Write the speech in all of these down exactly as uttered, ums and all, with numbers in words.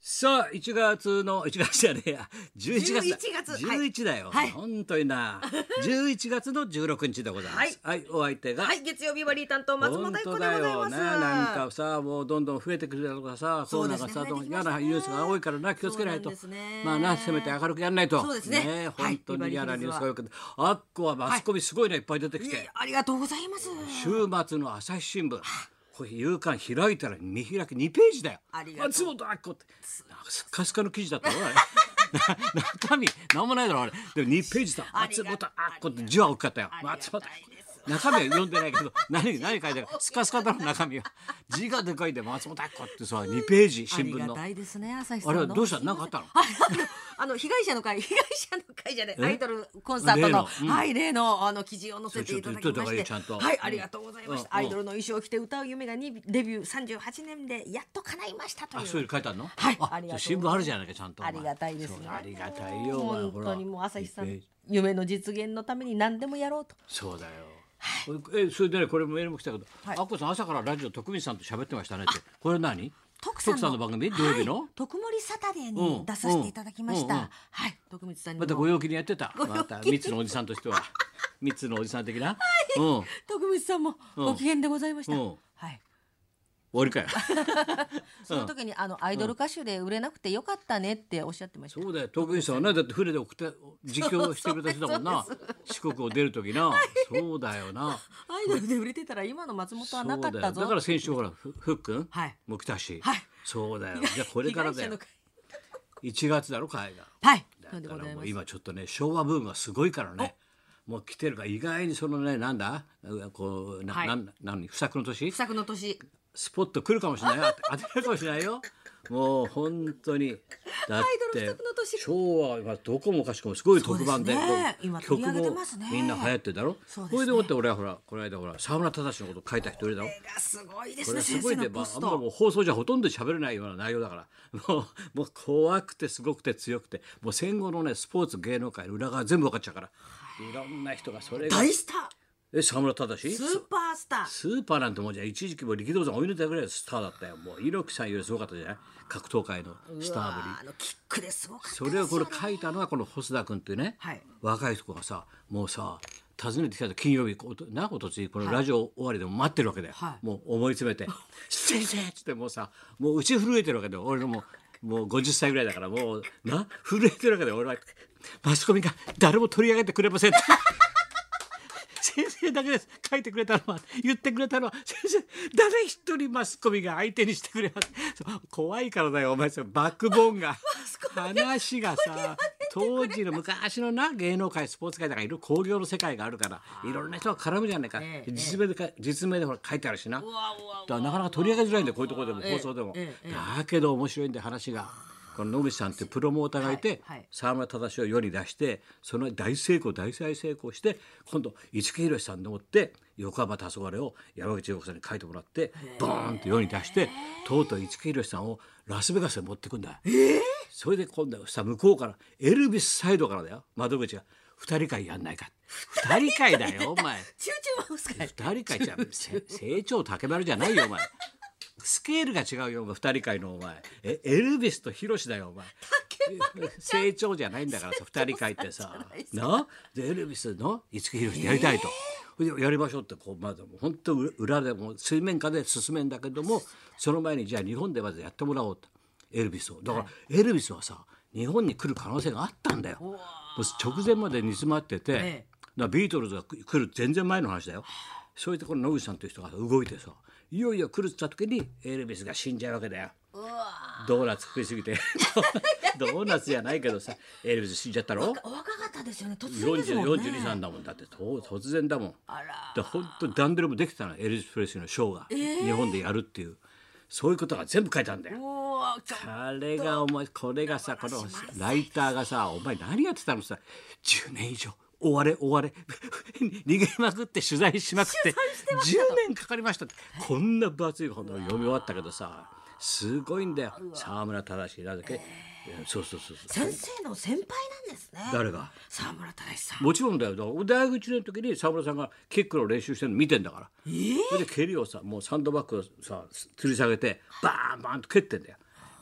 さあいちがつのいちがつじゃねえやじゅういちがつだじゅういちがつじゅういちだよ、 はい本当になじゅういちがつのじゅうろくにちでございますはい、お相手がはい、月曜日バリー担当松本本明子当だでございます。 よね。なんかさもうどんどん増えてくるだとかさ、コロナがさ、 そうですねどん嫌なニュースが多いからな、気をつけないと、 そうなんですねまあな、せめて明るくやんないと。 そうですねはい本当に嫌なニュースが多いけど、あっこはマスコミすごいね、いっぱい出てきて、 いやありがとうございます。 週末の朝日新聞これ夕刊開いたら見開きにページだよ。 ありがとう松本明子ってなんかスカスカの記事だったろあれな中身なんもないだろあれでもにページだ。 ありが松本明子って字は大きかったよ。 ありが松本たいです中身は読んでないけど何何書いてあるスカスカだろ中身は字がでかいで松本明子ってさにページ新聞のありがたいですね、朝日さんの。 あれはどうした何かあったの。 はいあのあの被害者の会被害者の会じゃないアイドルコンサートの例のうんはい例のあの記事を載せていただきまそれちょっと言っといた方がいいしてちゃんとはいありがとうございました。 うんアイドルの衣装を着て歌う夢がにデビューさんじゅうはちねんでやっと叶いましたという。 あそういうの書いてあるの。 はいあありがとうじゃあ新聞あるじゃないかちゃんと。 ありがたいですねそうありがたいよお前本ほら当にもう朝日さんにページ夢の実現のために何でもやろうと。 そうだよ。えそれでねこれメールも来たけど、 はいあっこさん朝からラジオ徳光さんと喋ってましたねって。これ何？ 徳徳さんの番組土曜日の、 はい、徳森サタデーうんに出させていただきました、 うんうんうんはい徳光さんにもまたご陽気にやってた。 ご陽気また三つのおじさんとしては三つのおじさん的な。うん終徳光さんもご機嫌でございました、 うんはいわりかよ。 その時にあのアイドル歌手で売れなくてよかったねっておっしゃってました、 そうだよ徳光さんはねだって船で送って実況してくれた人だもんな四国を出る時な。そうだよな。 アイドルで売れてたら今の松本はなかったぞ。 そうだよだから先週ほらふふっくんはいも来たし、 はいそうだよ。じゃあこれからだよ被害者の会いちがつだろ海が。 はいだそうでからもうございます。 今ちょっとね昭和ブームがすごいからねもう来てるから意外にそのねなんだこうな、 はいなん何不作の年不作の年スポット来るかもしれないよ当てられるかもしれないよもう本当にだっアイドル不て作の年昭和はどこもかしこもすごい特番でそうですね今取り上げてもますねみんな流行ってるだろそうですねこれでもって俺はほらこの間ほら沢村忠のこと書いた人いるだろこれがすごいでこれすね先生すごいね、まあ、 のポスあんまもうト。 放送じゃほとんど喋れないような内容だからもうもう怖くてすごくて強くてもう戦後のねスポーツ芸能界の裏側全部分かっちゃうからいろんな人がそれが大スターえ沢村忠スーパースタースーパーなんてもうじゃあ一時期も力道山追い抜いたぐらいのスターだったよもう猪木さんよりすごかったじゃない格闘界のスターぶりうわあのキックですごかったですそよね。 れをこれ書いたのはこの細田君っていうね、 はい若い人がさもうさ訪ねてきた金曜日こうなおとついこのラジオ終わりでも待ってるわけだよ、 はいもう思い詰めて「先生!」っつってもうさもう打ち震えてるわけだよ俺のもうもうごじゅっさいぐらいだからもうな震えてるわけだよ俺はマスコミが誰も取り上げてくれませんって先生だけです書いてくれたのは言ってくれたのは先生誰一人マスコミが相手にしてくれますそう怖いからだよお前そのバックボーンが話がさ当時の昔のな芸能界スポーツ界だからいろいろ興行の世界があるからいろんな人が絡むじゃないか、 ええ実名でか実名でほら書いてあるしなだかうわうわうわらなかなか取り上げづらいんだよこういうところでもええ放送でも、 ええええだけど面白いんで話がこの野口さんっていうプロモーターがいて、 はいはい沢村忠を世に出してその大成功大成功して今度五木ひろしさんでもって横浜黄昏を山口洋子さんに書いてもらってボーンと世に出してとうとう五木ひろしさんをラスベガスへ持ってくんだよ。それで今度はさ向こうからエルビスサイドからだよ窓口が二人会やんないか二人会だよお前チューチューマウスか二人会じゃせ成長竹丸じゃないよお前スケールが違うよお前二人会のお前えエルビスとヒロシだよお前成長じゃないんだからさ二人会ってさなでエルビスの五木ひろしでやりたいと、でやりましょうってこうまだもう本当裏でもう水面下で進めんだけどもその前にじゃあ日本でまずやってもらおうとエルビスをだからエルビスはさ日本に来る可能性があったんだよもう直前まで煮詰まってて、 えだからビートルズが来る全然前の話だよそういってこの野口さんという人が動いてさいよいよ来るって言った時にエルビスが死んじゃうわけだよドーナツ食いすぎてドーナツじゃないけどさエルビス死んじゃったろお若かったですよね突然ですもんね。 よんじゅうにさんだもんだってと突然だもんあらで本当ダンデルもできてたのエルビス・プレスリーのショーが、日本でやるっていうそういうことが全部書いてあるんだよ。 うわちょあれがお前これがさこのライターがさお前何やってたのさじゅうねん以上追われ追われ逃げまくって取材しまくってじゅうねんかかりましたってこんな分厚い本を読み終わったけどさすごいんだよ沢村忠なんだっけ、えーそうそうそうそう先生の先輩なんですね。 誰が沢村忠さん。 もちろんだよだから大学いちねんの時に沢村さんがキックの練習してるの見てんだから、それで蹴りをさもうサンドバッグをさ吊り下げてバーンバーンと蹴ってんだよ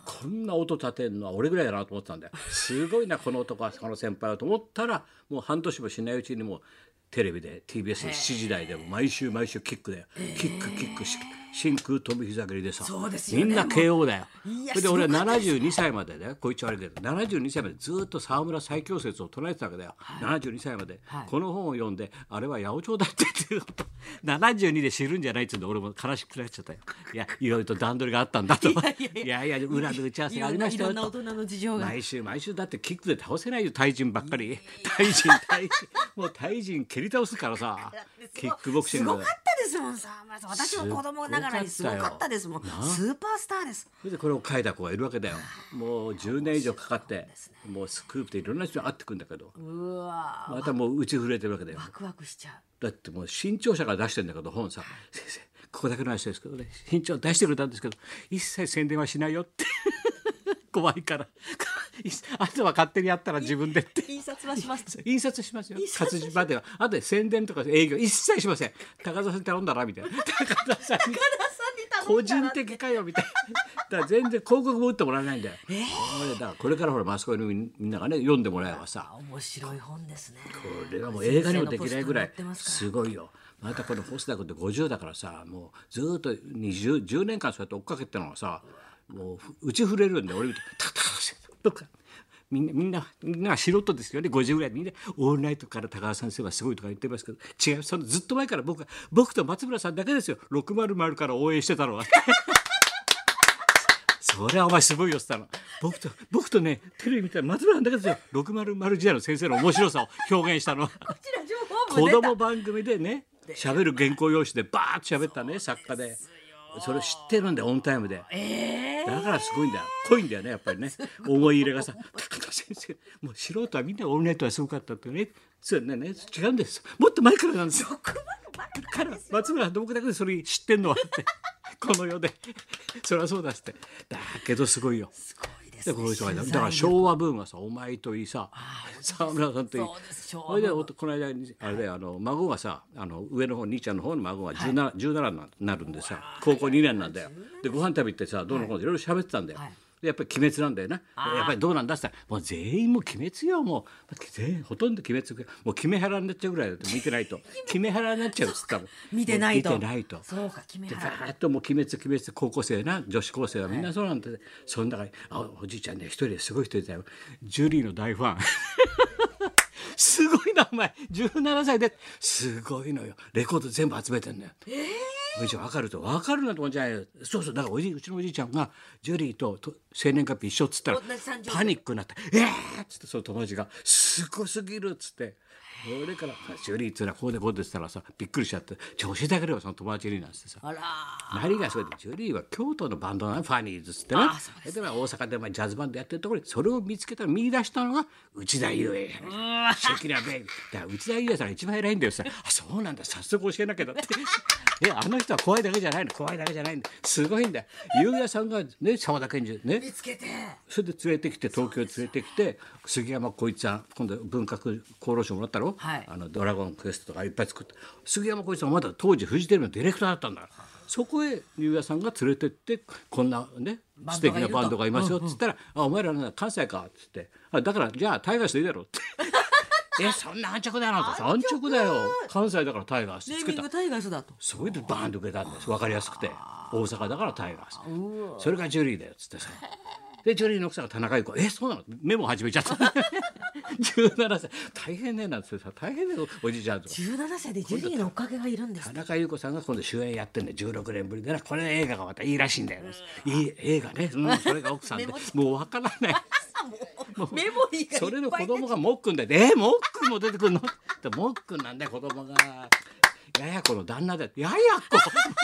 こんな音立てるのは俺ぐらいだなと思ってたんだよ。すごいなこの男は、この先輩はと思ったら、もう半年もしないうちにもうテレビで ティービーエス のしちじ台でも毎週毎週キックだよ、キックキックし真空飛び膝蹴りでさ、 そうですよね、 みんな ケーオー だよ。 いやそれで俺はすごかったですななじゅうにさいまでね、こいつ悪いけどななじゅうにさいまでずっと沢村最強説を唱えてたわけだよ、ななじゅうにさいまで、 はいこの本を読んであれは八百長だってっていうことななじゅうにで知るんじゃないっていうの俺も悲しくなっちゃったよ。いやいろいろと段取りがあったんだと。いやいやいややいや裏で打ち合わせがありましたよいろんな大と。 人の事情が。 毎週毎週だってキックで倒せないよ、タイ人ばっかり。タイ人タイ人もうタイ人蹴り倒すからさ、キックボクシングすごかったですもんさ、私も子供ながらにすごかったですもん。スーパースターです。 それでこれを書いた子がいるわけだよ。もうじゅうねん以上かかってもうスクープでいろんな人に会ってくるんだけど、 うわまたもう打ち震えてるわけだよ。 ワクワクしちゃう。 だってもう新潮社が出してんだけど本さ、先生ここだけの話ですけどね、新潮出してくれたんですけど一切宣伝はしないよって怖いからあとは勝手にやったら自分でって印刷はします。 印刷しますよ、活字までは。あとで宣伝とか営業一切しません。高田さんに頼んだらみたいな、高田さんに高田さんに個頼んだら人的かよみたいな。だから全然広告も打ってもらえないんだよ、えー、だからこれからほらマスコミのみんながね読んでもらえばさ、 面白い本ですね。 これはもう映画にもできないぐらい先生のポスターすごいよ。またこの細田君ってごじゅうだからさ、もうずっとにじゅう、じゅうねんかんそうやって追っかけてるのがさ、もう打ち震えるんで俺見てタタとかみんなみんなみんなが素人ですよね。ごじゅうぐらいでみんなオールナイトから高橋先生はすごいとか言ってますけど、違う、そのずっと前から僕は僕と松村さんだけですよ、ろくまるまるから応援してたのはそれはお前すごいよっつったの。僕と僕とねテレビ見たら松村さんだけですよ、ろくまるまる時代の先生の面白さを表現したのはこちら情報部子出た供番組でね喋る原稿用紙でバーッと喋ったね作家で、それを知ってるんだよオンタイムで、 えー、 だからすごいんだよ、濃いんだよねやっぱりね、思い入れがさ。高田先生もう素人はみんなオールナイトはすごかったってね、そうねね違うんです、もっと前からなんですよ。 ろくまるまるから松村どこだけでそれ知ってんのはってこの世でそりゃそうだっつって、だけどすごいよ。 すごいですね。 でこの人がだ取材から昭和ブームはさ、お前といいさ沢村さんといい、 そうです昭和それでおこの間にあれであの孫がさ、あの上の方兄ちゃんの方の孫がじゅうなな、じゅうななになるんでさ、高校にねんなんだよ。でご飯食べ行ってさ、どうのこうのいろいろ喋ってたんだよ、 はいでやっぱり鬼滅なんだよな。やっぱりどうなんだって言ったらもう全員もう鬼滅よ、もう全員ほとんど鬼滅、もう決め腹になっちゃうぐらいだって見てないと決め腹になっちゃうっつったもん見てないともう見てないと。 そうか決めではらバーッともう鬼滅鬼滅高校生な女子高生はみんなそうなんで、はい、その中にあおじいちゃんね一人ですごい人いたよ、ジュリーの大ファンすごいなお前じゅうななさいですごいのよ、レコード全部集めてんのよ。えーおじいちゃん分かると分かるなと思うんじゃないよ。そうそう、だからおじいうちのおじいちゃんがジュリーとと生年月日一緒っつったら同じさんじゅうパニックになって「えー!」っつってその友達が「すごすぎる」っつって俺から「ジュリーっつうのはこうでこうで」っつったらさびっくりしちゃって「調子だけどその友達に」なんつってさあら何がそれでジュリーは京都のバンドなのファニーズっつってな、 あそうですで大阪でまあジャズバンドやってるところにそれを見つけたら見出したのが内田裕也シェキラベイビーだから内田裕也さんが一番偉いんだよさあそうなんだ早速教えなきゃだってえあの人は怖いだけじゃないの怖いだけじゃないんだすごいんだよ。裕也さんがね沢田研二ね見つけてそれで連れてきて東京に連れてきて杉山浩一さん今度文化厚労省もらったろ、 はいあのドラゴンクエストとかいっぱい作った杉山浩一さんはまだ当時フジテレビのディレクターだったんだ。そこへ裕也さんが連れてってこんなね素敵なバンドがいますよっつったら「あお前らな関西か」っつって「あだからじゃあタイガースでいいだろ」ってえそんな安直だよなと安直だよ関西だからタイガースつけたネーミングタイガースだとそれでバーンと受けたんです分かりやすくて大阪だからタイガースそれがジュリーだよっつってさでジュリーの奥さんが田中裕子えそうなのメモ始めちゃったじゅうななさい大変ねなんつってさ大変だよおじいちゃんとじゅうななさいでジュリーのおかげがいるんです田中裕子さんが今度主演やってんでじゅうろくねんぶりでなこれ映画がまたいいらしいんだよいい映画ね、うん、それが奥さんでもう分からないもうメモリーがいっぱいそれの子供がもっくんでえー、もっくんも出てくるのってもっくんなんだよ子供がやや子の旦那でやや子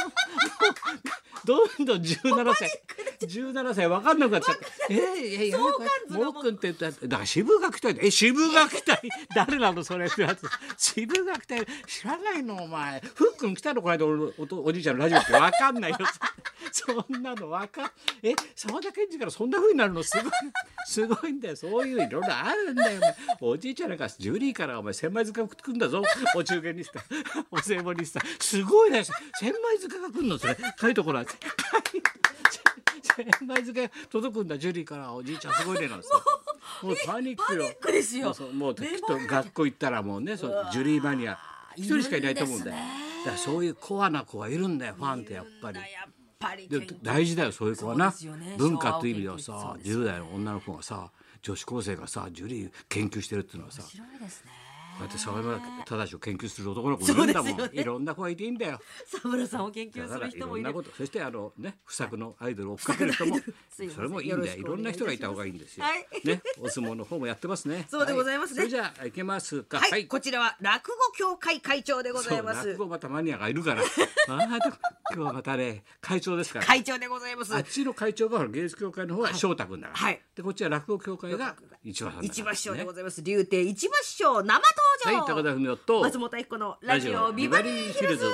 どんどんじゅうななさいじゅうななさい分かんなくなっちゃってえー、えー、もっくんって言ったらだから渋垣隊え渋垣隊誰なのそれってやつ渋垣隊知らないのお前ふっくん来たのこの間 お, お, おじいちゃんのラジオって分かんないよそんなの分かんえ沢田研二からそんな風になるのすごいすごいんだよそういういろいろあるんだよお, おじいちゃんなんかジュリーからお前千枚塚が来るんだぞお中元にしたお歳暮にしたすごいね千枚塚が来るのそれ書いとこら千千枚漬け届くんだジュリーからおじいちゃんすごいねなんですよ。もうパニックよ。 パニックですよ。 そうそうもうきっと学校行ったらもうねそうジュリーマニア一人しかいないと思うんだよ。だからそういうコアな子がいるんだよファンってやっぱり。 やっぱりで大事だよそういう子はな、 そうですよね文化という意味では昭和を研究さじゅう代の女の子がさ女子高生がさジュリー研究してるっていうのはさ面白いですね。 だって沢村忠を研究する男の子もいるんだもん、 そうですよねいろんな子がいていいんだよ。 沢村さんを研究すだからいる人もいる。 ろんなことそしてあのね不作のアイドルを追っかける人もすいませんそれもいいんだよいろんな人がいた方がいいんですよ、 はいねお相撲の方もやってますね。 そうでございますねはそれじゃあ行けますか。 はい、こちらは落語協会会長でございます。 そう落語またマニアがいるからああ今日はまたね会長ですから会長でございますあっちの会長がほら芸術協会の方は翔太君だから、 はいでこっちは落語協会が一番さんだから一馬師匠でごねざいます。竜亭一馬師匠生登場。 はい高田文夫と松本明子のラジオビバリーヒルズ。 だ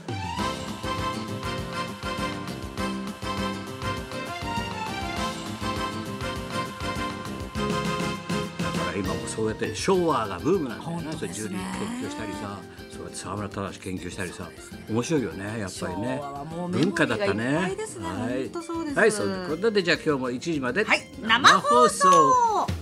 から今もそうやって昭和がブームなんだよな、 本当ですねそれジュリー研究したりさそうやって沢村忠研究したりさ面白いよねやっぱりね昭和はもうメモリー文化だったがいっぱねいですねはい本当そうですはいそういうことでじゃあ今日もいちじまではい、生放送。